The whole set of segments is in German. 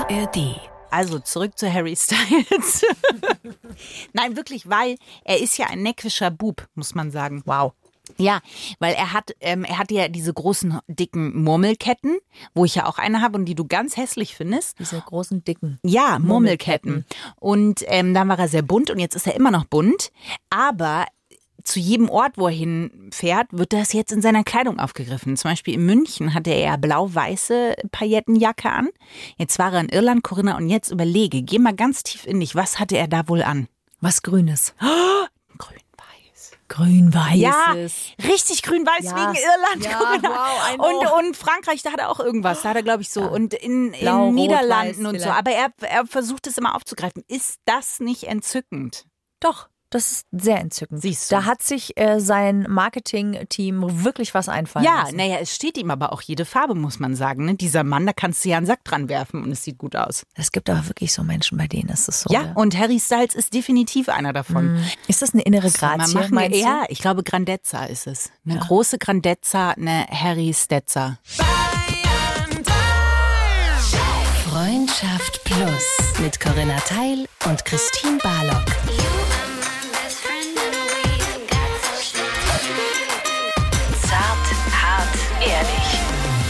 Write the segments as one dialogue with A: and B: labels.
A: ARD.
B: Also zurück zu Harry Styles. Nein, wirklich, weil er ist ja ein neckischer Bub, muss man sagen.
A: Wow.
B: Ja, weil er hat ja diese großen, dicken Murmelketten, wo ich ja auch eine habe und die du ganz hässlich findest.
A: Diese großen, dicken.
B: Ja, Murmelketten. Und dann war er sehr bunt und jetzt ist er immer noch bunt. Aber zu jedem Ort, wo er hinfährt, wird das jetzt in seiner Kleidung aufgegriffen. Zum Beispiel in München hatte er blau-weiße Paillettenjacke an. Jetzt war er in Irland, Corinna, und jetzt überlege, geh mal ganz tief in dich, was hatte er da wohl an?
A: Was Grünes.
B: Grün-weiß.
A: Grün-Weißes.
B: Ja, richtig grün-weiß
A: Ja.
B: wegen Irland.
A: Ja,
B: Corinna.
A: wow, I know.
B: Und Frankreich, da hat er auch irgendwas. Da hat er, glaube ich, so. Und in
A: Blau,
B: Niederlanden
A: rot,
B: und
A: weiß
B: so. Aber er versucht es immer aufzugreifen. Ist das nicht entzückend?
A: Doch, das ist sehr entzückend.
B: Siehst du.
A: Da hat sich sein Marketing-Team wirklich was einfallen
B: Ja,
A: lassen.
B: naja, es steht ihm aber auch jede Farbe, muss man sagen. Ne? Dieser Mann, da kannst du ja einen Sack dran werfen und es sieht gut aus.
A: Es gibt aber wirklich so Menschen, bei denen ist es so.
B: Ja, und Harry Styles ist definitiv einer davon.
A: Ist das eine innere
B: Mal
A: Grazie,
B: machen wir,
A: meinst du?
B: ja, ich glaube Grandezza ist es. Eine große Grandezza, eine Harry Stetzer.
C: Freundschaft Plus mit Corinna Teil und Christine Barlock. Zart, hart, ehrlich.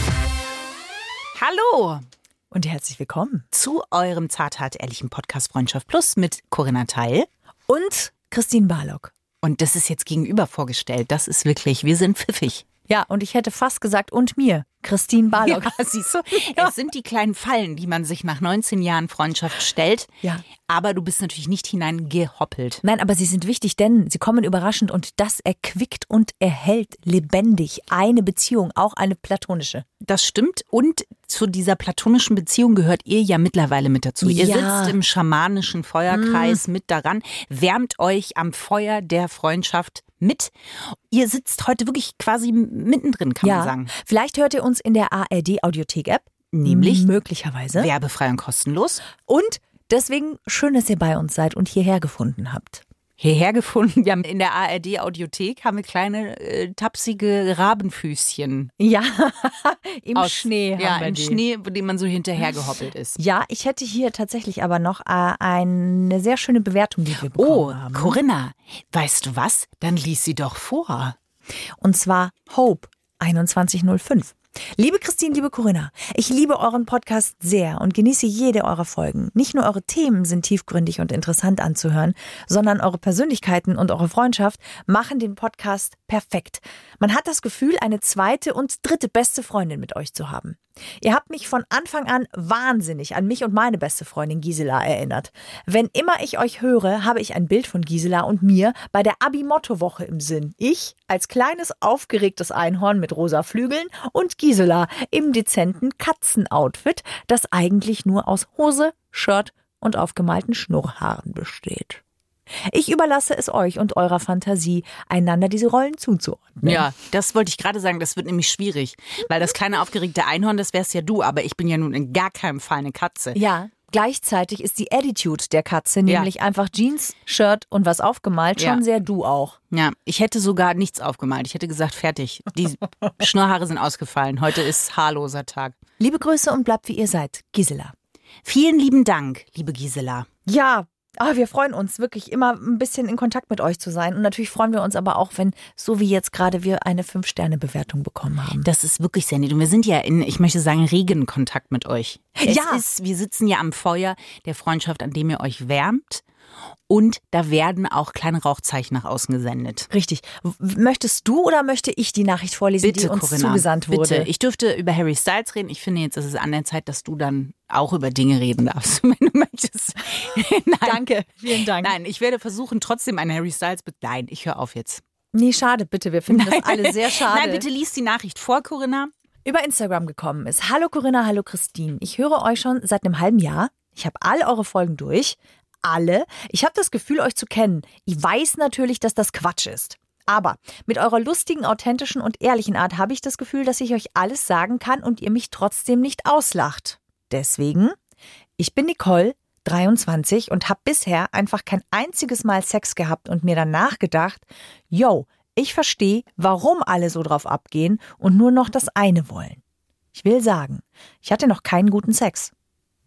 B: Hallo
A: Und herzlich willkommen.
B: zu eurem zart-hart-ehrlichen Podcast Freundschaft Plus mit Corinna Teil.
A: Und Christine Barlock.
B: Und das ist jetzt gegenüber vorgestellt. Das ist wirklich, wir sind pfiffig.
A: Ja, und ich hätte fast gesagt, und mir, Christine Barlock.
B: Ja, siehst du, es sind die kleinen Fallen, die man sich nach 19 Jahren Freundschaft stellt.
A: Ja.
B: Aber du bist natürlich nicht hineingehoppelt.
A: Nein, aber sie sind wichtig, denn sie kommen überraschend und das erquickt und erhält lebendig eine Beziehung, auch eine platonische.
B: Das stimmt. Und zu dieser platonischen Beziehung gehört ihr ja mittlerweile mit dazu. Ihr
A: Ja.
B: sitzt im schamanischen Feuerkreis mit daran, wärmt euch am Feuer der Freundschaft mit. Ihr sitzt heute wirklich quasi mittendrin, kann man sagen.
A: Vielleicht hört ihr uns in der ARD-Audiothek-App.
B: Nämlich
A: Möglicherweise.
B: werbefrei und kostenlos.
A: Und deswegen schön, dass ihr bei uns seid und hierher gefunden habt.
B: Hierher gefunden. Wir haben in der ARD-Audiothek haben wir kleine tapsige Rabenfüßchen.
A: Ja, im
B: Aus-
A: Schnee haben
B: Ja,
A: wir
B: im
A: die.
B: Schnee, wo dem man so hinterher gehoppelt ist.
A: Ja, ich hätte hier tatsächlich aber noch eine sehr schöne Bewertung, die wir bekommen
B: Oh,
A: haben.
B: Corinna, weißt du was? Dann lies sie doch vor.
A: Und zwar Hope 2105. Liebe Christine, liebe Corinna, ich liebe euren Podcast sehr und genieße jede eurer Folgen. Nicht nur eure Themen sind tiefgründig und interessant anzuhören, sondern eure Persönlichkeiten und eure Freundschaft machen den Podcast perfekt. Man hat das Gefühl, eine zweite und dritte beste Freundin mit euch zu haben. Ihr habt mich von Anfang an wahnsinnig an mich und meine beste Freundin Gisela erinnert. Wenn immer ich euch höre, habe ich ein Bild von Gisela und mir bei der Abi-Motto-Woche im Sinn. Ich als kleines, aufgeregtes Einhorn mit rosa Flügeln und Gisela im dezenten Katzenoutfit, das eigentlich nur aus Hose, Shirt und aufgemalten Schnurrhaaren besteht. Ich überlasse es euch und eurer Fantasie, einander diese Rollen zuzuordnen.
B: Ja, das wollte ich gerade sagen, das wird nämlich schwierig. Weil das kleine aufgeregte Einhorn, das wärst ja du, aber ich bin ja nun in gar keinem Fall eine Katze.
A: Ja, gleichzeitig ist die Attitude der Katze, nämlich einfach Jeans, Shirt und was aufgemalt, schon
B: Ja.
A: sehr du auch.
B: Ja, ich hätte sogar nichts aufgemalt. Ich hätte gesagt, fertig. Die Schnurrhaare sind ausgefallen. Heute ist haarloser Tag.
A: Liebe Grüße und bleibt wie ihr seid, Gisela.
B: Vielen lieben Dank, liebe Gisela.
A: Ja, wir freuen uns wirklich immer ein bisschen in Kontakt mit euch zu sein. Und natürlich freuen wir uns aber auch, wenn, so wie jetzt gerade, wir eine 5-Sterne-Bewertung bekommen haben.
B: Das ist wirklich sehr nett. Und wir sind ja in, ich möchte sagen, regen Kontakt mit euch.
A: Ja.
B: Wir sitzen ja am Feuer der Freundschaft, an dem ihr euch wärmt. Und da werden auch kleine Rauchzeichen nach außen gesendet.
A: Richtig. Möchtest du oder möchte ich die Nachricht vorlesen, die uns
B: Corinna,
A: zugesandt wurde?
B: Bitte. Ich dürfte über Harry Styles reden. Ich finde jetzt, ist es an der Zeit, dass du dann auch über Dinge reden darfst, wenn du möchtest. Nein.
A: Danke, vielen Dank.
B: Nein, ich werde versuchen, trotzdem einen Harry Styles... Nein, ich höre auf jetzt.
A: Nee, schade, bitte. Wir finden das alle sehr schade.
B: Nein, bitte lies die Nachricht vor, Corinna.
A: Über Instagram gekommen ist. Hallo Corinna, hallo Christine. Ich höre euch schon seit einem halben Jahr. Ich habe all eure Folgen durch. Alle. Ich habe das Gefühl, euch zu kennen. Ich weiß natürlich, dass das Quatsch ist. Aber mit eurer lustigen, authentischen und ehrlichen Art habe ich das Gefühl, dass ich euch alles sagen kann und ihr mich trotzdem nicht auslacht. Deswegen, ich bin Nicole, 23 und habe bisher einfach kein einziges Mal Sex gehabt und mir danach gedacht, yo, ich verstehe, warum alle so drauf abgehen und nur noch das eine wollen. Ich will sagen, ich hatte noch keinen guten Sex.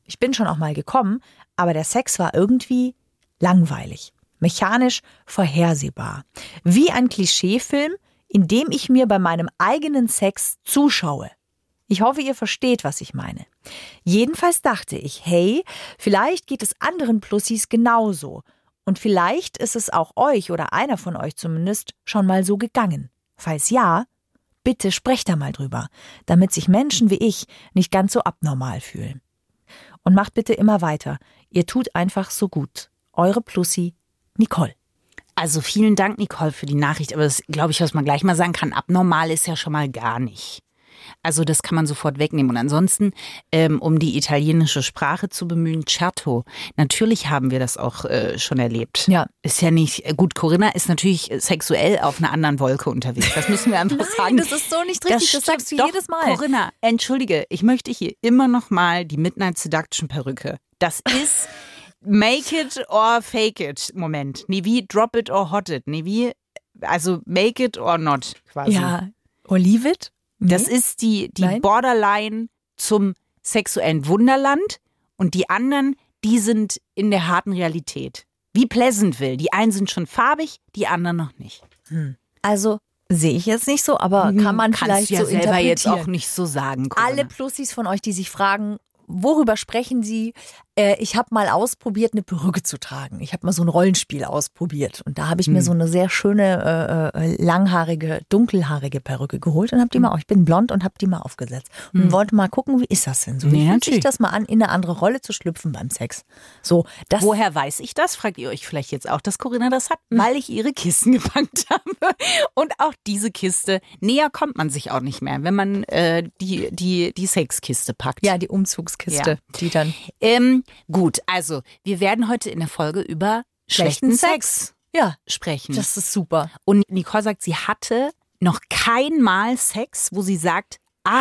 A: Ich bin schon auch mal gekommen, aber der Sex war irgendwie langweilig, mechanisch vorhersehbar. Wie ein Klischeefilm, in dem ich mir bei meinem eigenen Sex zuschaue. Ich hoffe, ihr versteht, was ich meine. Jedenfalls dachte ich, hey, vielleicht geht es anderen Plussis genauso. Und vielleicht ist es auch euch oder einer von euch zumindest schon mal so gegangen. Falls ja, bitte sprecht da mal drüber, damit sich Menschen wie ich nicht ganz so abnormal fühlen. Und macht bitte immer weiter. Ihr tut einfach so gut. Eure Plussi, Nicole.
B: Also vielen Dank, Nicole, für die Nachricht. Aber das, glaube ich, was man gleich mal sagen kann, abnormal ist ja schon mal gar nicht. Also das kann man sofort wegnehmen. Und ansonsten, um die italienische Sprache zu bemühen, certo. Natürlich haben wir das auch schon erlebt.
A: Ja.
B: Ist ja nicht, gut, Corinna ist natürlich sexuell auf einer anderen Wolke unterwegs. Das müssen wir einfach sagen.
A: Das ist so nicht richtig, das sagst du
B: doch,
A: jedes Mal.
B: Corinna, entschuldige, ich möchte hier immer noch mal die Midnight Seduction Perücke. Das ist make it or fake it Moment. Nee, wie drop it or hot it. Nee, wie, also make it or not quasi.
A: Ja, or leave it?
B: Das ist die Borderline zum sexuellen Wunderland und die anderen, die sind in der harten Realität. Wie Pleasantville. Die einen sind schon farbig, die anderen noch nicht.
A: Also sehe ich jetzt nicht so, aber kann man vielleicht
B: ja
A: so
B: selber
A: interpretieren.
B: jetzt auch nicht so sagen. Corinna.
A: Alle Plussis von euch, die sich fragen, worüber sprechen sie? Ich habe mal ausprobiert, eine Perücke zu tragen. Ich habe mal so ein Rollenspiel ausprobiert. Und da habe ich mir so eine sehr schöne, langhaarige, dunkelhaarige Perücke geholt und habe die mal, ich bin blond und habe die mal aufgesetzt. Und wollte mal gucken, wie ist das denn so? Wie fühlt sich das mal an, in eine andere Rolle zu schlüpfen beim Sex? So, das
B: woher weiß ich das? Fragt ihr euch vielleicht jetzt auch, dass Corinna das hat? Weil ich ihre Kisten gepackt habe. Und auch diese Kiste, näher kommt man sich auch nicht mehr, wenn man die Sexkiste packt.
A: ja, die Umzugskiste, die dann
B: Gut, also wir werden heute in der Folge über schlechten Sex sprechen.
A: Das ist super.
B: Und Nicole sagt, sie hatte noch kein Mal Sex, wo sie sagt,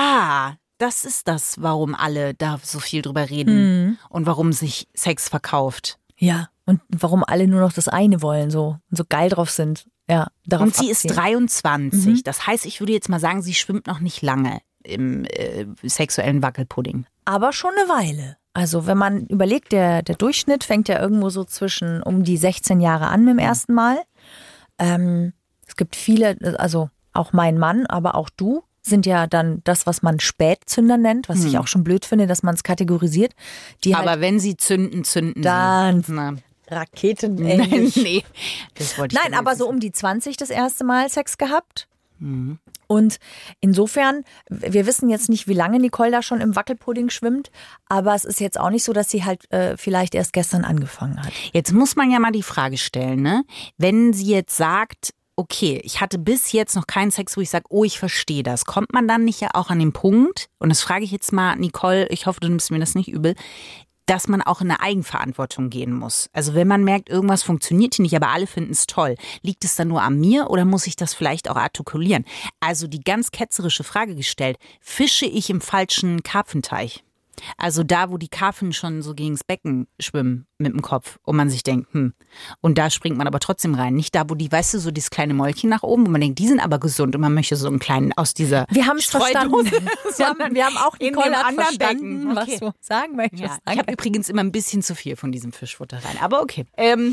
B: das ist das, warum alle da so viel drüber reden und warum sich Sex verkauft.
A: Ja, und warum alle nur noch das eine wollen so und so geil drauf sind. Ja, darauf
B: und sie ist 23. Das heißt, ich würde jetzt mal sagen, sie schwimmt noch nicht lange im sexuellen Wackelpudding.
A: Aber schon eine Weile. Also wenn man überlegt, der Durchschnitt fängt ja irgendwo so zwischen um die 16 Jahre an mit dem ersten Mal. Es gibt viele, also auch mein Mann, aber auch du, sind ja dann das, was man Spätzünder nennt, was ich auch schon blöd finde, dass man es kategorisiert. Die
B: aber
A: halt
B: wenn sie zünden
A: dann
B: sie. Na.
A: Raketen.
B: Nee, das wollte ich
A: Nein, aber so um die 20 das erste Mal Sex gehabt. Und insofern, wir wissen jetzt nicht, wie lange Nicole da schon im Wackelpudding schwimmt, aber es ist jetzt auch nicht so, dass sie halt vielleicht erst gestern angefangen hat.
B: Jetzt muss man ja mal die Frage stellen, ne? Wenn sie jetzt sagt, okay, ich hatte bis jetzt noch keinen Sex, wo ich sage, oh, ich verstehe das. Kommt man dann nicht ja auch an den Punkt, und das frage ich jetzt mal, Nicole, ich hoffe, du nimmst mir das nicht übel, dass man auch in eine Eigenverantwortung gehen muss. Also wenn man merkt, irgendwas funktioniert hier nicht, aber alle finden es toll, liegt es dann nur an mir oder muss ich das vielleicht auch artikulieren? Also die ganz ketzerische Frage gestellt, fische ich im falschen Karpfenteich? Also da, wo die Karpfen schon so gegens Becken schwimmen mit dem Kopf und man sich denkt, und da springt man aber trotzdem rein. Nicht da, wo die, weißt du, so dieses kleine Mäulchen nach oben, wo man denkt, die sind aber gesund und man möchte so einen kleinen aus dieser
A: Wir haben es verstanden. Wir haben auch
B: in
A: Nicole
B: dem
A: hat
B: anderen
A: verstanden,
B: Becken.
A: was
B: Okay.
A: du sagen möchtest.
B: Ja, ich habe übrigens immer ein bisschen zu viel von diesem Fischfutter rein, aber okay.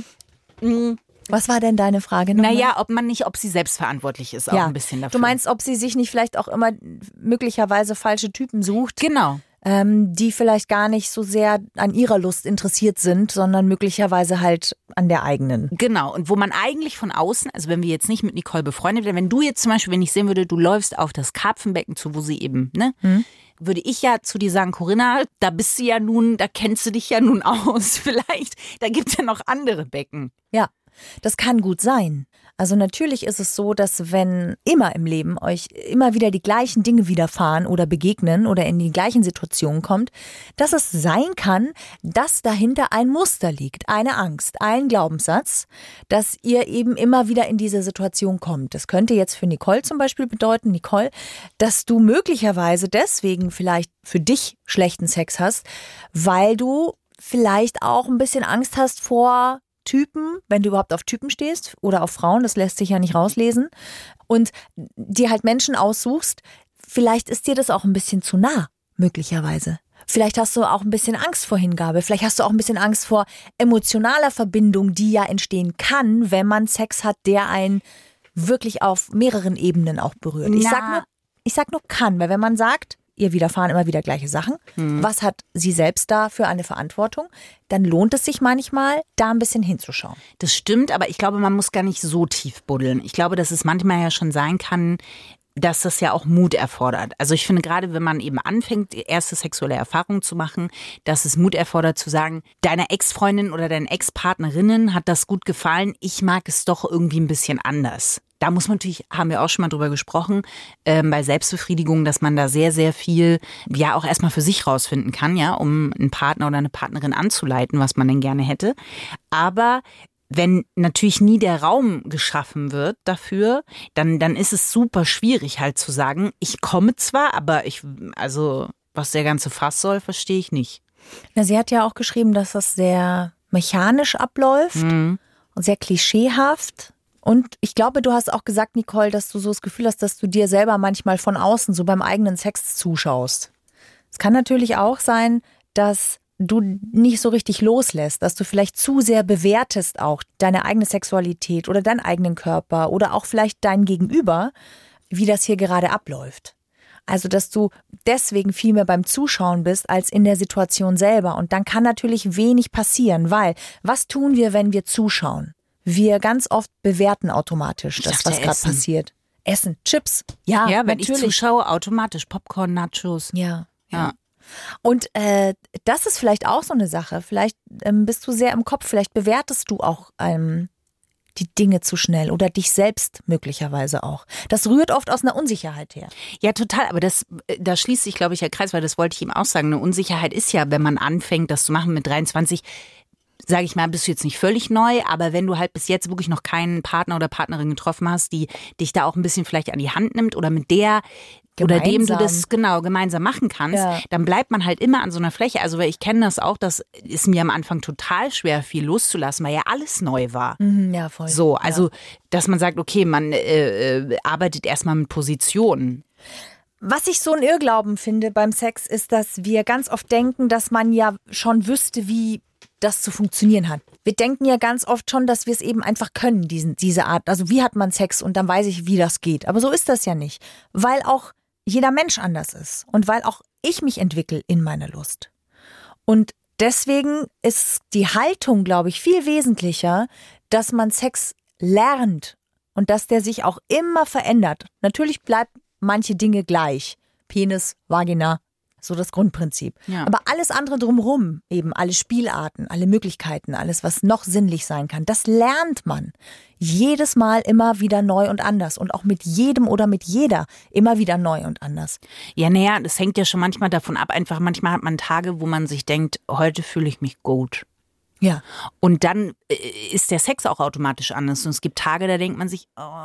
A: Was war denn deine Frage nochmal?
B: Naja, ob sie selbstverantwortlich ist, auch ein bisschen dafür.
A: Du meinst, ob sie sich nicht vielleicht auch immer möglicherweise falsche Typen sucht?
B: Genau.
A: Die vielleicht gar nicht so sehr an ihrer Lust interessiert sind, sondern möglicherweise halt an der eigenen.
B: Genau, und wo man eigentlich von außen, also wenn wir jetzt nicht mit Nicole befreundet wären, wenn du jetzt zum Beispiel, wenn ich sehen würde, du läufst auf das Karpfenbecken zu, wo sie eben, würde ich ja zu dir sagen, Corinna, da bist du ja nun, da kennst du dich ja nun aus, vielleicht, da gibt's ja noch andere Becken.
A: Ja, das kann gut sein. Also natürlich ist es so, dass wenn immer im Leben euch immer wieder die gleichen Dinge widerfahren oder begegnen oder in die gleichen Situationen kommt, dass es sein kann, dass dahinter ein Muster liegt, eine Angst, ein Glaubenssatz, dass ihr eben immer wieder in diese Situation kommt. Das könnte jetzt für Nicole zum Beispiel bedeuten, Nicole, dass du möglicherweise deswegen vielleicht für dich schlechten Sex hast, weil du vielleicht auch ein bisschen Angst hast vor Typen, wenn du überhaupt auf Typen stehst oder auf Frauen, das lässt sich ja nicht rauslesen, und dir halt Menschen aussuchst, vielleicht ist dir das auch ein bisschen zu nah, möglicherweise. Vielleicht hast du auch ein bisschen Angst vor Hingabe. Vielleicht hast du auch ein bisschen Angst vor emotionaler Verbindung, die ja entstehen kann, wenn man Sex hat, der einen wirklich auf mehreren Ebenen auch berührt. Ich sag nur kann, weil wenn man sagt, ihr widerfahren immer wieder gleiche Sachen, was hat sie selbst da für eine Verantwortung, dann lohnt es sich manchmal, da ein bisschen hinzuschauen.
B: Das stimmt, aber ich glaube, man muss gar nicht so tief buddeln. Ich glaube, dass es manchmal ja schon sein kann, dass das ja auch Mut erfordert. Also ich finde gerade, wenn man eben anfängt, erste sexuelle Erfahrungen zu machen, dass es Mut erfordert zu sagen, deiner Ex-Freundin oder deinen Ex-Partnerinnen hat das gut gefallen, ich mag es doch irgendwie ein bisschen anders. Da muss man natürlich, haben wir auch schon mal drüber gesprochen, bei Selbstbefriedigung, dass man da sehr, sehr viel ja auch erstmal für sich rausfinden kann, ja, um einen Partner oder eine Partnerin anzuleiten, was man denn gerne hätte. Aber wenn natürlich nie der Raum geschaffen wird dafür, dann ist es super schwierig halt zu sagen, ich komme zwar, aber was der ganze Fass soll, verstehe ich nicht.
A: Na, sie hat ja auch geschrieben, dass das sehr mechanisch abläuft und sehr klischeehaft. Und ich glaube, du hast auch gesagt, Nicole, dass du so das Gefühl hast, dass du dir selber manchmal von außen so beim eigenen Sex zuschaust. Es kann natürlich auch sein, dass du nicht so richtig loslässt, dass du vielleicht zu sehr bewertest auch deine eigene Sexualität oder deinen eigenen Körper oder auch vielleicht dein Gegenüber, wie das hier gerade abläuft. Also, dass du deswegen viel mehr beim Zuschauen bist als in der Situation selber. Und dann kann natürlich wenig passieren, weil was tun wir, wenn wir zuschauen? Wir ganz oft bewerten automatisch das, was gerade passiert. Essen, Chips, ja,
B: wenn
A: natürlich.
B: Ich zuschaue, automatisch Popcorn, Nachos.
A: Ja. Und das ist vielleicht auch so eine Sache. Vielleicht bist du sehr im Kopf, vielleicht bewertest du auch die Dinge zu schnell oder dich selbst möglicherweise auch. Das rührt oft aus einer Unsicherheit her.
B: Ja, total. Aber da schließt sich, glaube ich, der Kreis, weil das wollte ich ihm auch sagen. Eine Unsicherheit ist ja, wenn man anfängt, das zu machen mit 23, sage ich mal, bist du jetzt nicht völlig neu, aber wenn du halt bis jetzt wirklich noch keinen Partner oder Partnerin getroffen hast, die dich da auch ein bisschen vielleicht an die Hand nimmt oder mit der oder dem du das gemeinsam machen kannst, dann bleibt man halt immer an so einer Fläche. Also weil ich kenne das auch, das ist mir am Anfang total schwer, viel loszulassen, weil ja alles neu war.
A: Ja, voll.
B: So, also dass man sagt, okay, man arbeitet erstmal mit Positionen.
A: Was ich so ein Irrglauben finde beim Sex ist, dass wir ganz oft denken, dass man ja schon wüsste, wie das zu funktionieren hat. Wir denken ja ganz oft schon, dass wir es eben einfach können, diese Art. Also wie hat man Sex und dann weiß ich, wie das geht. Aber so ist das ja nicht, weil auch jeder Mensch anders ist und weil auch ich mich entwickle in meiner Lust. Und deswegen ist die Haltung, glaube ich, viel wesentlicher, dass man Sex lernt und dass der sich auch immer verändert. Natürlich bleibt manche Dinge gleich. Penis, Vagina, so das Grundprinzip.
B: Ja.
A: Aber alles andere drumherum, eben alle Spielarten, alle Möglichkeiten, alles, was noch sinnlich sein kann, das lernt man. Jedes Mal immer wieder neu und anders. Und auch mit jedem oder mit jeder immer wieder neu und anders.
B: Ja, naja, das hängt ja schon manchmal davon ab. Einfach manchmal hat man Tage, wo man sich denkt, heute fühle ich mich gut.
A: Ja.
B: Und dann ist der Sex auch automatisch anders. Und es gibt Tage, da denkt man sich,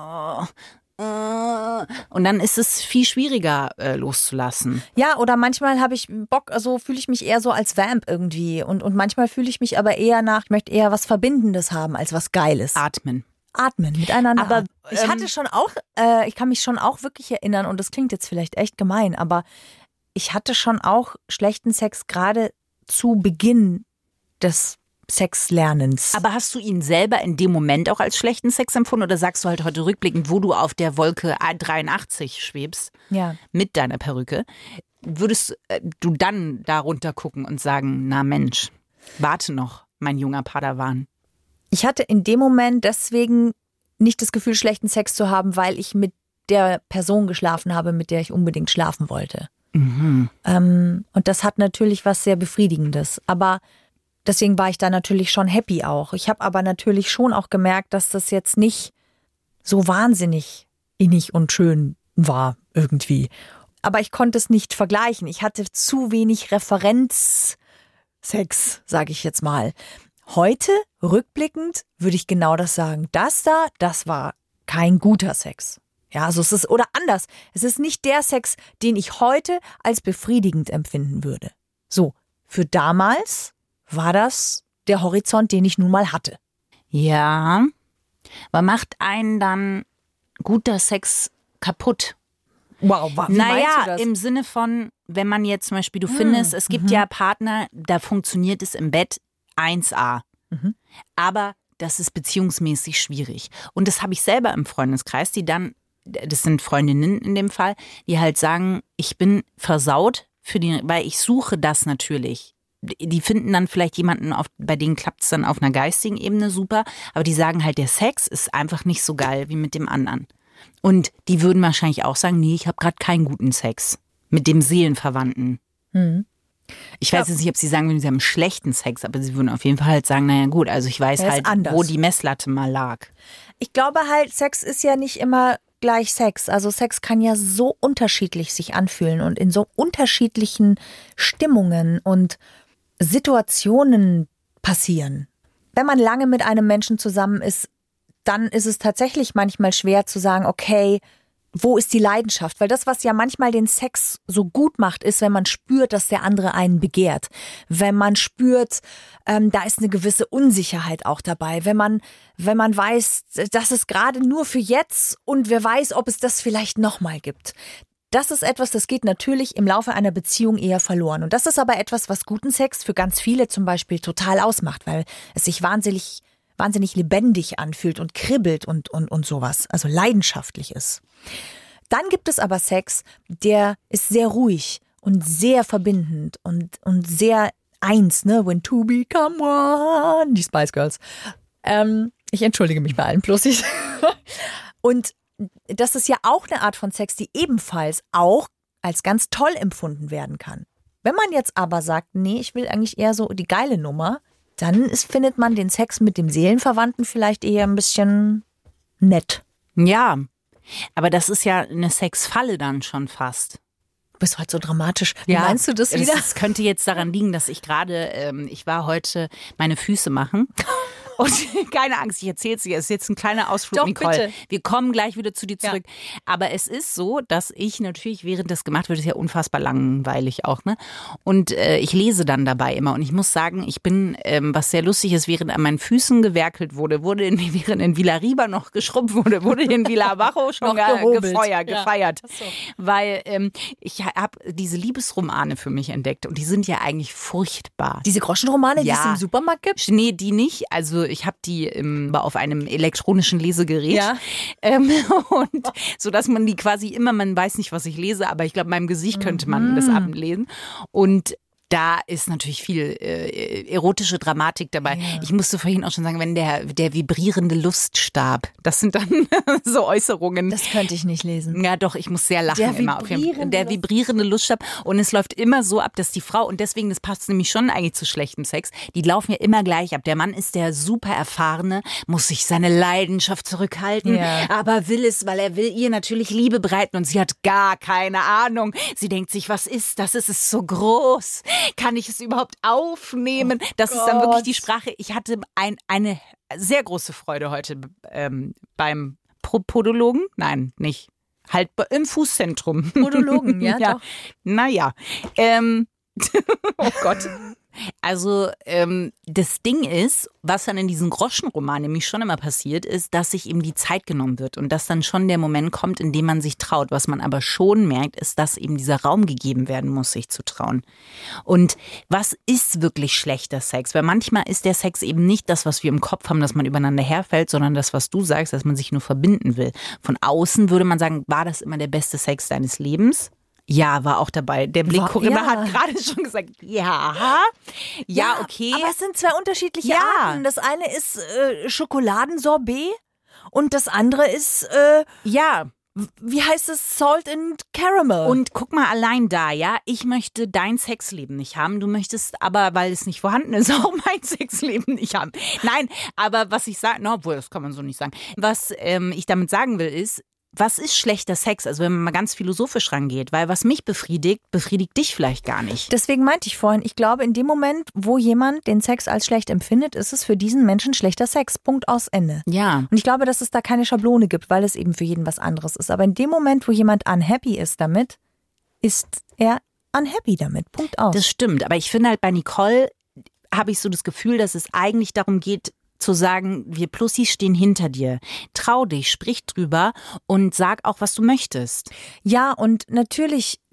B: und dann ist es viel schwieriger loszulassen.
A: Ja, oder manchmal habe ich Bock, also fühle ich mich eher so als Vamp irgendwie. Und manchmal fühle ich mich aber eher ich möchte eher was Verbindendes haben als was Geiles.
B: Atmen,
A: miteinander.
B: Aber
A: ich hatte schon auch, ich kann mich schon auch wirklich erinnern, und das klingt jetzt vielleicht echt gemein, aber ich hatte schon auch schlechten Sex gerade zu Beginn des Sexlernens.
B: Aber hast du ihn selber in dem Moment auch als schlechten Sex empfunden oder sagst du halt heute rückblickend, wo du auf der Wolke 83 schwebst, mit deiner Perücke, würdest du dann da runter gucken und sagen, na Mensch, warte noch, mein junger Padawan.
A: Ich hatte in dem Moment deswegen nicht das Gefühl, schlechten Sex zu haben, weil ich mit der Person geschlafen habe, mit der ich unbedingt schlafen wollte.
B: Mhm.
A: Und das hat natürlich was sehr Befriedigendes. Aber deswegen war ich da natürlich schon happy auch. Ich habe aber natürlich schon auch gemerkt, dass das jetzt nicht so wahnsinnig innig und schön war irgendwie. Aber ich konnte es nicht vergleichen. Ich hatte zu wenig Referenzsex, sage ich jetzt mal. Heute, rückblickend, würde ich genau das sagen. Das war kein guter Sex. Ja, also es ist, oder anders. Es ist nicht der Sex, den ich heute als befriedigend empfinden würde. So, für damals war das der Horizont, den ich nun mal hatte.
B: Ja, aber macht einen dann guter Sex kaputt?
A: Wow, wie meinst du das?
B: Im Sinne von, wenn man jetzt zum Beispiel, du findest, es gibt ja Partner, da funktioniert es im Bett 1A. Aber das ist beziehungsmäßig schwierig. Und das habe ich selber im Freundeskreis, die dann, das sind Freundinnen in dem Fall, die halt sagen, ich bin versaut, weil ich suche das natürlich. Die finden dann vielleicht jemanden, bei denen klappt es dann auf einer geistigen Ebene super, aber die sagen halt, der Sex ist einfach nicht so geil wie mit dem anderen. Und die würden wahrscheinlich auch sagen, nee, ich habe gerade keinen guten Sex mit dem Seelenverwandten. Ich weiß jetzt nicht, ob sie sagen würden, sie haben schlechten Sex, aber sie würden auf jeden Fall halt sagen, naja gut, also ich weiß halt, wo die Messlatte mal lag.
A: Ich glaube halt, Sex ist ja nicht immer gleich Sex. Also Sex kann ja so unterschiedlich sich anfühlen und in so unterschiedlichen Stimmungen und Situationen passieren. Wenn man lange mit einem Menschen zusammen ist, dann ist es tatsächlich manchmal schwer zu sagen, okay, wo ist die Leidenschaft? Weil das, was ja manchmal den Sex so gut macht, ist, wenn man spürt, dass der andere einen begehrt. Wenn man spürt, da ist eine gewisse Unsicherheit auch dabei. Wenn man weiß, das ist gerade nur für jetzt und wer weiß, ob es das vielleicht nochmal gibt. Das ist etwas, das geht natürlich im Laufe einer Beziehung eher verloren. Und das ist aber etwas, was guten Sex für ganz viele zum Beispiel total ausmacht, weil es sich wahnsinnig lebendig anfühlt und kribbelt und sowas, also leidenschaftlich ist. Dann gibt es aber Sex, der ist sehr ruhig und sehr verbindend und sehr eins, ne? When two become one, die Spice Girls. Ich entschuldige mich bei allen Plusis. Und das ist ja auch eine Art von Sex, die ebenfalls auch als ganz toll empfunden werden kann. Wenn man jetzt aber sagt, nee, ich will eigentlich eher so die geile Nummer, dann findet man den Sex mit dem Seelenverwandten vielleicht eher ein bisschen nett.
B: Ja, aber das ist ja eine Sexfalle dann schon fast.
A: Du bist heute so dramatisch. Wie meinst du das wieder?
B: Das könnte jetzt daran liegen, dass ich gerade, ich war heute meine Füße machen. Und keine Angst, ich erzähle es dir. Es ist jetzt ein kleiner Ausflug,
A: Doch,
B: Nicole.
A: bitte.
B: Wir kommen gleich wieder zu dir zurück. Ja. Aber es ist so, dass ich natürlich, während das gemacht wird, ist ja unfassbar langweilig auch, ne? Und ich lese dann dabei immer. Und ich muss sagen, ich bin, was sehr lustig ist, während an meinen Füßen gewerkelt wurde, während in Villarriba noch geschrubbt wurde in Villabajo schon gefeiert. So. Weil ich habe diese Liebesromane für mich entdeckt. Und die sind ja eigentlich furchtbar.
A: Diese Groschenromane, die es im Supermarkt gibt?
B: Nee, die nicht. Also ich habe die auf einem elektronischen Lesegerät. Ja. Und so, dass man die quasi immer, man weiß nicht, was ich lese, aber ich glaube, meinem Gesicht könnte man das ablesen. Und da ist natürlich viel erotische Dramatik dabei. Ja. Ich musste vorhin auch schon sagen, wenn der vibrierende Luststab, das sind dann so Äußerungen.
A: Das könnte ich nicht lesen.
B: Ja doch, ich muss sehr lachen immer. Der vibrierende Luststab. Und es läuft immer so ab, dass die Frau, und deswegen, das passt nämlich schon eigentlich zu schlechtem Sex, die laufen ja immer gleich ab. Der Mann ist der super Erfahrene, muss sich seine Leidenschaft zurückhalten, aber will es, weil er will ihr natürlich Liebe bereiten und sie hat gar keine Ahnung. Sie denkt sich, was ist das? Es ist so groß. Kann ich es überhaupt aufnehmen? Das ist dann wirklich die Sprache. Ich hatte eine sehr große Freude heute beim Podologen. Nein, nicht. Halt im Fußzentrum.
A: Podologen, ja,
B: ja.
A: Doch.
B: Naja. Oh Gott. Also das Ding ist, was dann in diesen Groschenromanen nämlich schon immer passiert ist, dass sich eben die Zeit genommen wird und dass dann schon der Moment kommt, in dem man sich traut. Was man aber schon merkt, ist, dass eben dieser Raum gegeben werden muss, sich zu trauen. Und was ist wirklich schlechter Sex? Weil manchmal ist der Sex eben nicht das, was wir im Kopf haben, dass man übereinander herfällt, sondern das, was du sagst, dass man sich nur verbinden will. Von außen würde man sagen, war das immer der beste Sex deines Lebens? Ja, war auch dabei. Der Blick Corinna hat gerade schon gesagt, ja, okay.
A: Aber es sind zwei unterschiedliche Arten. Das eine ist Schokoladensorbet und das andere ist, wie heißt es, Salt and Caramel.
B: Und guck mal, allein da, ja, ich möchte dein Sexleben nicht haben. Du möchtest aber, weil es nicht vorhanden ist, auch mein Sexleben nicht haben. Nein, aber was ich sage, obwohl, das kann man so nicht sagen. Was ich damit sagen will, ist, was ist schlechter Sex? Also wenn man mal ganz philosophisch rangeht, weil was mich befriedigt dich vielleicht gar nicht.
A: Deswegen meinte ich vorhin, ich glaube, in dem Moment, wo jemand den Sex als schlecht empfindet, ist es für diesen Menschen schlechter Sex. Punkt, aus, Ende.
B: Ja.
A: Und ich glaube, dass es da keine Schablone gibt, weil es eben für jeden was anderes ist. Aber in dem Moment, wo jemand unhappy ist damit, ist er unhappy damit. Punkt, aus.
B: Das stimmt, aber ich finde halt bei Nicole habe ich so das Gefühl, dass es eigentlich darum geht, zu sagen, wir Plussis stehen hinter dir. Trau dich, sprich drüber und sag auch, was du möchtest.
A: Ja, und natürlich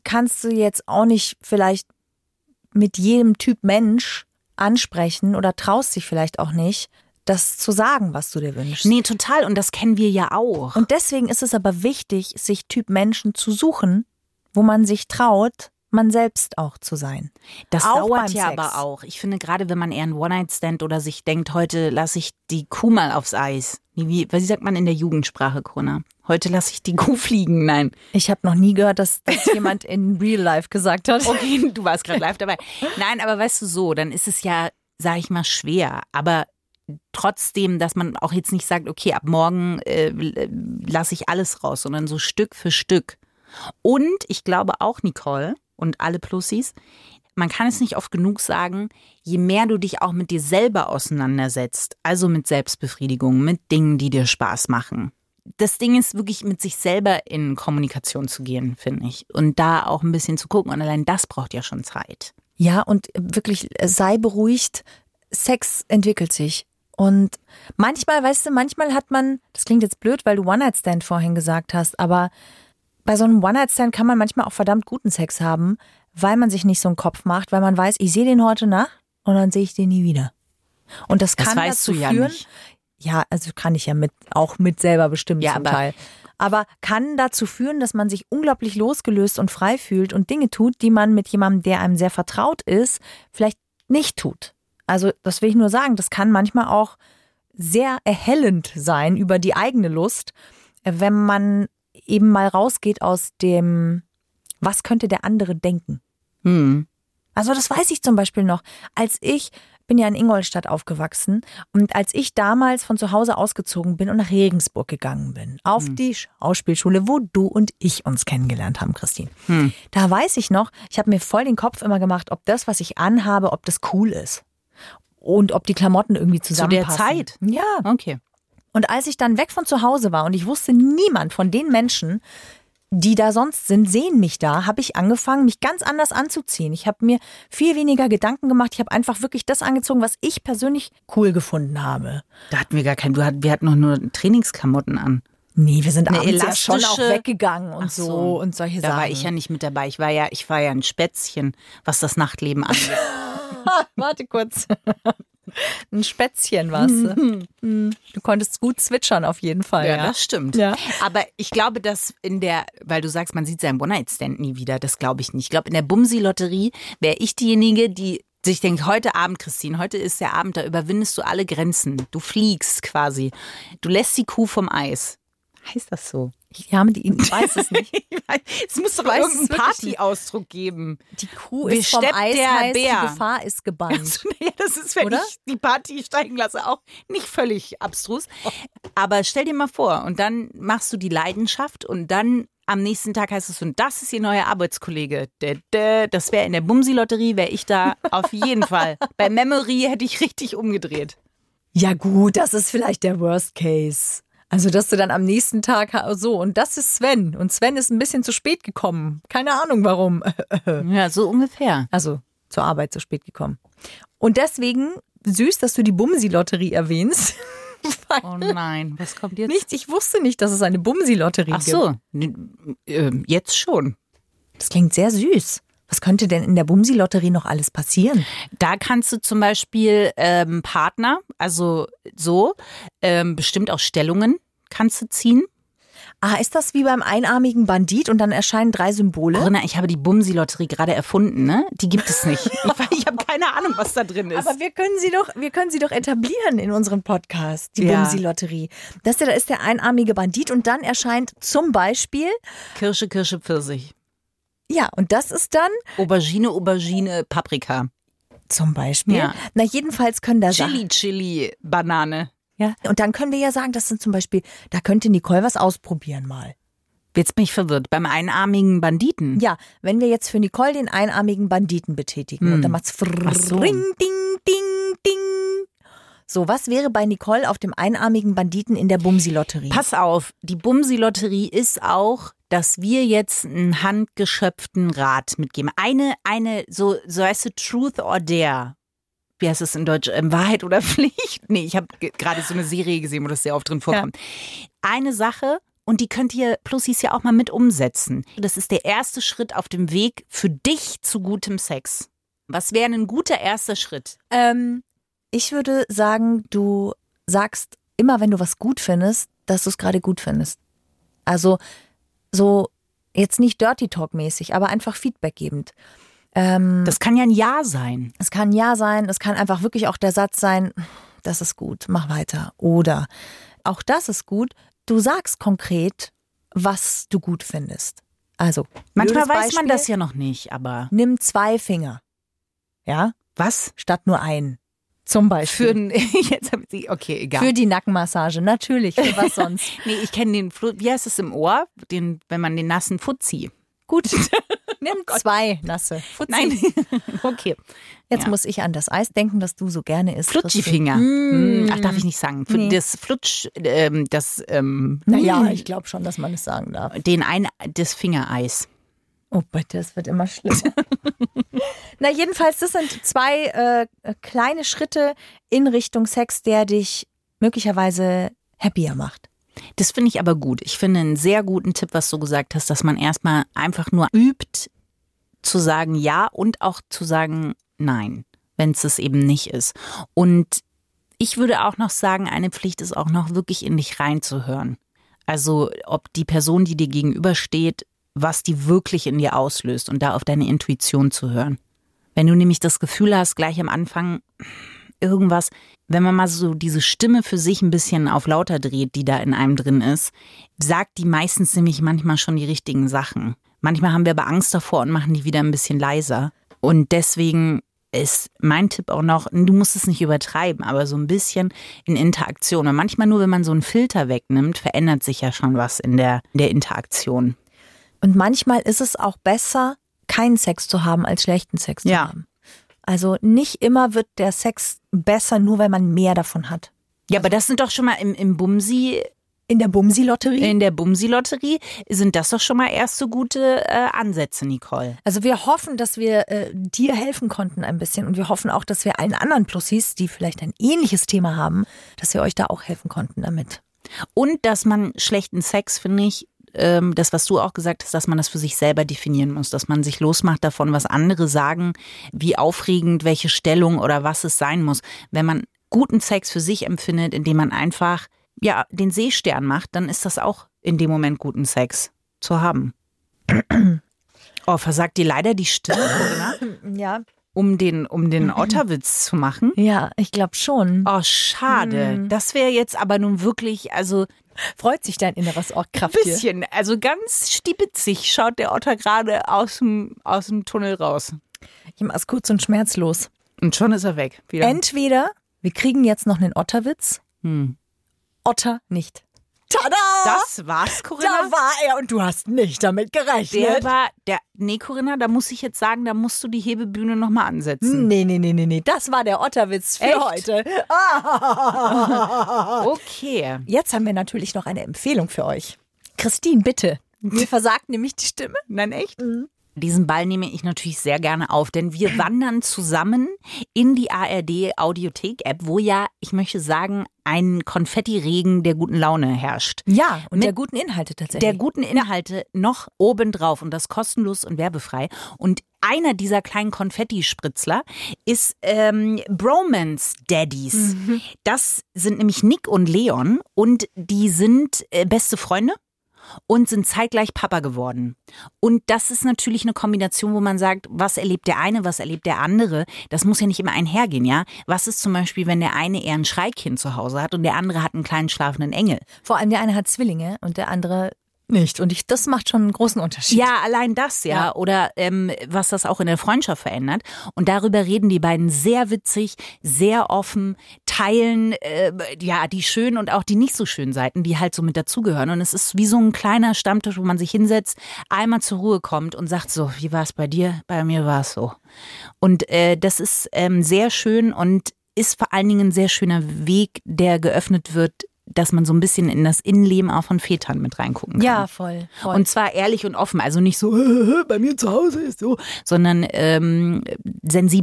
A: kannst du jetzt auch nicht vielleicht mit jedem Typ Mensch ansprechen oder traust dich vielleicht auch nicht, das zu sagen, was du dir wünschst.
B: Nee, total. Und das kennen wir ja auch.
A: Und deswegen ist es aber wichtig, sich Typ Menschen zu suchen, wo man sich traut, man selbst auch zu sein.
B: Das
A: auch
B: dauert
A: beim
B: ja
A: Sex.
B: aber auch. Ich finde, gerade wenn man eher einen One-Night-Stand oder sich denkt, heute lasse ich die Kuh mal aufs Eis. Wie sagt man in der Jugendsprache, Corona? Heute lasse ich die Kuh fliegen. Nein.
A: Ich habe noch nie gehört, dass das jemand in Real Life gesagt hat.
B: Okay, du warst gerade live dabei. Nein, aber weißt du so, dann ist es ja, sag ich mal, schwer. Aber trotzdem, dass man auch jetzt nicht sagt, okay, ab morgen lasse ich alles raus, sondern so Stück für Stück. Und ich glaube auch, Nicole und alle Plussis, man kann es nicht oft genug sagen, je mehr du dich auch mit dir selber auseinandersetzt, also mit Selbstbefriedigung, mit Dingen, die dir Spaß machen. Das Ding ist wirklich, mit sich selber in Kommunikation zu gehen, finde ich. Und da auch ein bisschen zu gucken. Und allein das braucht ja schon Zeit.
A: Ja, und wirklich sei beruhigt, Sex entwickelt sich. Und manchmal, weißt du, manchmal hat man, das klingt jetzt blöd, weil du One-Night-Stand vorhin gesagt hast, aber bei so einem One-Night-Stand kann man manchmal auch verdammt guten Sex haben, weil man sich nicht so einen Kopf macht, weil man weiß, ich sehe den heute Nacht und dann sehe ich den nie wieder. Und das kann
B: weißt
A: dazu
B: du ja
A: führen,
B: nicht.
A: Ja, also kann ich ja auch mit selber bestimmen
B: Ja,
A: zum
B: aber-
A: Teil. Aber kann dazu führen, dass man sich unglaublich losgelöst und frei fühlt und Dinge tut, die man mit jemandem, der einem sehr vertraut ist, vielleicht nicht tut. Also das will ich nur sagen, das kann manchmal auch sehr erhellend sein über die eigene Lust, wenn man eben mal rausgeht aus dem, was könnte der andere denken. Also das weiß ich zum Beispiel noch, bin ja in Ingolstadt aufgewachsen und als ich damals von zu Hause ausgezogen bin und nach Regensburg gegangen bin, auf die Schauspielschule, wo du und ich uns kennengelernt haben, Christine. Da weiß ich noch, ich habe mir voll den Kopf immer gemacht, ob das, was ich anhabe, ob das cool ist. Und ob die Klamotten irgendwie zusammenpassen.
B: Zu der Zeit?
A: Ja.
B: Okay.
A: Und als ich dann weg von zu Hause war und ich wusste, niemand von den Menschen, die da sonst sind, sehen mich da, habe ich angefangen, mich ganz anders anzuziehen. Ich habe mir viel weniger Gedanken gemacht. Ich habe einfach wirklich das angezogen, was ich persönlich cool gefunden habe.
B: Da hatten wir gar keinen, wir hatten noch nur Trainingsklamotten an.
A: Nee, wir sind
B: Eine
A: abends ja schon auch
B: elastische-
A: weggegangen und
B: Ach
A: so und solche
B: Da
A: Sachen.
B: war ich ja nicht mit dabei. Ich war ja ein Spätzchen, was das Nachtleben angeht.
A: Warte kurz. Ein Spätzchen warst du. Du konntest gut zwitschern auf jeden Fall.
B: Ja,
A: Ja,
B: das stimmt.
A: Ja.
B: Aber ich glaube, dass weil du sagst, man sieht seinen One-Night-Stand nie wieder, das glaube ich nicht. Ich glaube, in der Bumsi-Lotterie wäre ich diejenige, die sich denkt, heute Abend, Christine, heute ist der Abend, da überwindest du alle Grenzen. Du fliegst quasi. Du lässt die Kuh vom Eis. Heißt das so?
A: Ich weiß es nicht.
B: Es muss doch
A: weiß es
B: irgendeinen
A: wirklich nicht.
B: Partyausdruck geben.
A: Die Kuh
B: Wie
A: ist vom
B: steppt
A: Eis,
B: der
A: heißt,
B: Bär?
A: die Gefahr ist gebannt.
B: Also, ja, das ist, wenn
A: Oder?
B: ich die Party steigen lasse, auch nicht völlig abstrus. Aber stell dir mal vor, und dann machst du die Leidenschaft und dann am nächsten Tag heißt es, und das ist ihr neuer Arbeitskollege. Das wäre in der Bumsi-Lotterie, wäre ich da auf jeden Fall. Bei Memory hätte ich richtig umgedreht.
A: Ja gut, das ist vielleicht der Worst Case. Also, dass du dann am nächsten Tag, so, und das ist Sven. Und Sven ist ein bisschen zu spät gekommen. Keine Ahnung warum.
B: Ja, so ungefähr.
A: Also, zur Arbeit zu spät gekommen. Und deswegen, süß, dass du die Bumsi-Lotterie erwähnst.
B: Oh nein, was kommt jetzt?
A: Nichts, ich wusste nicht, dass es eine Bumsi-Lotterie
B: Ach
A: gibt.
B: so, jetzt schon.
A: Das klingt sehr süß. Was könnte denn in der Bumsi-Lotterie noch alles passieren?
B: Da kannst du zum Beispiel Partner, also so, bestimmt auch Stellungen kannst du ziehen.
A: Ah, ist das wie beim einarmigen Bandit und dann erscheinen 3 Symbole?
B: Corinna, ich habe die Bumsi-Lotterie gerade erfunden, ne? Die gibt es nicht. Ich habe keine Ahnung, was da drin ist.
A: Aber wir können sie doch etablieren in unserem Podcast, die
B: Ja.
A: Bumsi-Lotterie. Da ist der einarmige Bandit und dann erscheint zum Beispiel,
B: Kirsche, Kirsche, Pfirsich.
A: ja, und das ist dann
B: Aubergine, Aubergine, Paprika.
A: zum Beispiel,
B: Ja.
A: na jedenfalls können da
B: Chili, Chili, Banane.
A: Ja, und dann können wir ja sagen, das sind zum Beispiel, da könnte Nicole was ausprobieren mal.
B: Jetzt bin ich verwirrt. Beim einarmigen Banditen.
A: Ja, wenn wir jetzt für Nicole den einarmigen Banditen betätigen und dann macht's
B: Ach so.
A: ring, ding, ding, ding. So, was wäre bei Nicole auf dem einarmigen Banditen in der Bumsi-Lotterie?
B: Pass auf, die Bumsi-Lotterie ist auch, dass wir jetzt einen handgeschöpften Rat mitgeben. So heißt es Truth or Dare. Wie heißt es in Deutsch? Wahrheit oder Pflicht? Nee, ich habe gerade so eine Serie gesehen, wo das sehr oft drin vorkommt. Eine Sache Und die könnt ihr Plussis ja auch mal mit umsetzen. Das ist der erste Schritt auf dem Weg für dich zu gutem Sex. Was wäre ein guter erster Schritt?
A: Ich würde sagen, du sagst immer, wenn du was gut findest, dass du es gerade gut findest. Also so jetzt nicht Dirty Talk mäßig, aber einfach Feedback gebend.
B: Das kann ja ein Ja sein.
A: Es kann ein Ja sein, es kann einfach wirklich auch der Satz sein, das ist gut, mach weiter. Oder auch das ist gut, du sagst konkret, was du gut findest. Also
B: Manchmal
A: blödes
B: weiß man
A: Beispiel,
B: das ja noch nicht, aber...
A: Nimm 2 Finger. Ja?
B: Was?
A: Statt nur einen. Zum Beispiel.
B: Jetzt hab ich, okay, egal.
A: Für die Nackenmassage, natürlich. Für was sonst?
B: Nee, ich kenne den, wie heißt es im Ohr? Wenn man den nassen Fuzzi.
A: Gut. Nimm 2 nasse. Fuzzi.
B: Nein, okay.
A: Jetzt muss ich an das Eis denken, das du so gerne isst.
B: Flutschifinger. Ach, darf ich nicht sagen.
A: Nee.
B: Das Flutsch,
A: Naja, ich glaube schon, dass man es sagen darf.
B: Das Fingereis.
A: Oh bitte, es wird immer schlimmer. Na jedenfalls, das sind 2 kleine Schritte in Richtung Sex, der dich möglicherweise happier macht.
B: Das finde ich aber gut. Ich finde einen sehr guten Tipp, was du gesagt hast, dass man erstmal einfach nur übt, zu sagen Ja und auch zu sagen Nein, wenn es eben nicht ist. Und ich würde auch noch sagen, eine Pflicht ist auch noch wirklich in dich reinzuhören. Also ob die Person, die dir gegenübersteht, was die wirklich in dir auslöst und da auf deine Intuition zu hören. Wenn du nämlich das Gefühl hast, gleich am Anfang irgendwas, wenn man mal so diese Stimme für sich ein bisschen auf lauter dreht, die da in einem drin ist, sagt die meistens nämlich manchmal schon die richtigen Sachen. Manchmal haben wir aber Angst davor und machen die wieder ein bisschen leiser. Und deswegen ist mein Tipp auch noch, du musst es nicht übertreiben, aber so ein bisschen in Interaktion. Und manchmal nur, wenn man so einen Filter wegnimmt, verändert sich ja schon was in der Interaktion.
A: Und manchmal ist es auch besser, keinen Sex zu haben, als schlechten Sex zu haben. Also nicht immer wird der Sex besser, nur weil man mehr davon hat.
B: Ja, aber das sind doch schon mal im Bumsi...
A: In der Bumsi-Lotterie?
B: In der Bumsi-Lotterie sind das doch schon mal erste gute Ansätze, Nicole.
A: Also wir hoffen, dass wir dir helfen konnten ein bisschen. Und wir hoffen auch, dass wir allen anderen Plussis, die vielleicht ein ähnliches Thema haben, dass wir euch da auch helfen konnten damit.
B: Und dass man schlechten Sex, finde ich, das, was du auch gesagt hast, dass man das für sich selber definieren muss, dass man sich losmacht davon, was andere sagen, wie aufregend, welche Stellung oder was es sein muss. Wenn man guten Sex für sich empfindet, indem man einfach den Seestern macht, dann ist das auch in dem Moment guten Sex zu haben. Oh, versagt dir leider die Stimme, Corinna?
A: Ja.
B: Um den Otterwitz zu machen?
A: Ja, ich glaube schon.
B: Oh, schade. Das wäre jetzt aber nun wirklich, also...
A: Freut sich dein inneres Kraft
B: ein bisschen, also ganz stiebitzig schaut der Otter gerade aus dem Tunnel raus.
A: Ich mach's kurz und schmerzlos.
B: Und schon ist er weg. Wieder.
A: Entweder wir kriegen jetzt noch einen Otterwitz, Otter nicht. Tada!
B: Das war's, Corinna.
A: Da war er und du hast nicht damit gerechnet.
B: Nee, Corinna, da muss ich jetzt sagen, da musst du die Hebebühne nochmal ansetzen.
A: Nee. Das war der Otterwitz für heute.
B: Okay.
A: Jetzt haben wir natürlich noch eine Empfehlung für euch. Christine, bitte. Mir versagt nämlich die Stimme.
B: Nein, echt? Diesen Ball nehme ich natürlich sehr gerne auf, denn wir wandern zusammen in die ARD-Audiothek-App, wo ja, ich möchte sagen, ein Konfettiregen der guten Laune herrscht.
A: Ja, und der guten Inhalte tatsächlich.
B: Der guten Inhalte noch obendrauf und das kostenlos und werbefrei. Und einer dieser kleinen Konfettispritzler ist Bromance Daddies. Das sind nämlich Nick und Leon und die sind beste Freunde. Und sind zeitgleich Papa geworden. Und das ist natürlich eine Kombination, wo man sagt, was erlebt der eine, was erlebt der andere. Das muss ja nicht immer einhergehen, ja. Was ist zum Beispiel, wenn der eine eher ein Schreikind zu Hause hat und der andere hat einen kleinen schlafenden Engel?
A: Vor allem der eine hat Zwillinge und der andere nicht. Und das macht schon einen großen Unterschied.
B: Ja, allein das, ja. Oder was das auch in der Freundschaft verändert. Und darüber reden die beiden sehr witzig, sehr offen, teilen die schönen und auch die nicht so schönen Seiten, die halt so mit dazugehören. Und es ist wie so ein kleiner Stammtisch, wo man sich hinsetzt, einmal zur Ruhe kommt und sagt so, wie war es bei dir? Bei mir war es so. Und das ist sehr schön und ist vor allen Dingen ein sehr schöner Weg, der geöffnet wird, dass man so ein bisschen in das Innenleben auch von Vätern mit reingucken kann.
A: Ja, voll.
B: Und zwar ehrlich und offen, also nicht so, bei mir zu Hause ist so, sondern sensibel,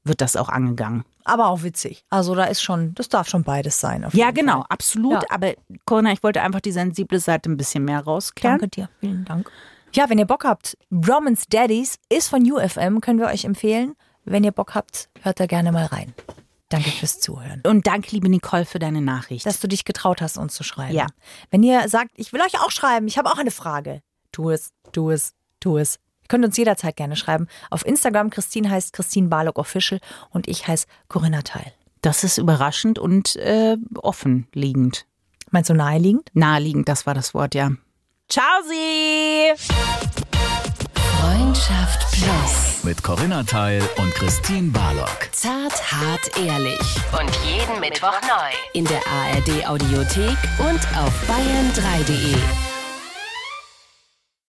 B: wird das auch angegangen.
A: Aber auch witzig. Also das darf schon beides sein. Auf
B: Ja,
A: jeden
B: genau,
A: Fall.
B: absolut.
A: Ja.
B: Aber Corinna, ich wollte einfach die sensible Seite ein bisschen mehr rauskehren.
A: Danke dir, vielen Dank. Ja, wenn ihr Bock habt, Bromance Daddies ist von UFM, können wir euch empfehlen. Wenn ihr Bock habt, hört da gerne mal rein. Danke fürs Zuhören.
B: Und danke, liebe Nicole, für deine Nachricht.
A: Dass du dich getraut hast, uns zu schreiben.
B: Ja.
A: Wenn ihr sagt, ich will euch auch schreiben, ich habe auch eine Frage. Tu es. Ihr könnt uns jederzeit gerne schreiben. Auf Instagram, Christine heißt Christine Barlock Official und ich heiße Corinna Teil.
B: Das ist überraschend und offenliegend.
A: Meinst du naheliegend?
B: Naheliegend, das war das Wort, ja. Ciao, Sie!
C: Freundschaft Plus.
D: Mit Corinna Teil und Christine Barlock.
C: Zart, hart, ehrlich. Und jeden Mittwoch neu. In der ARD Audiothek und auf bayern3.de.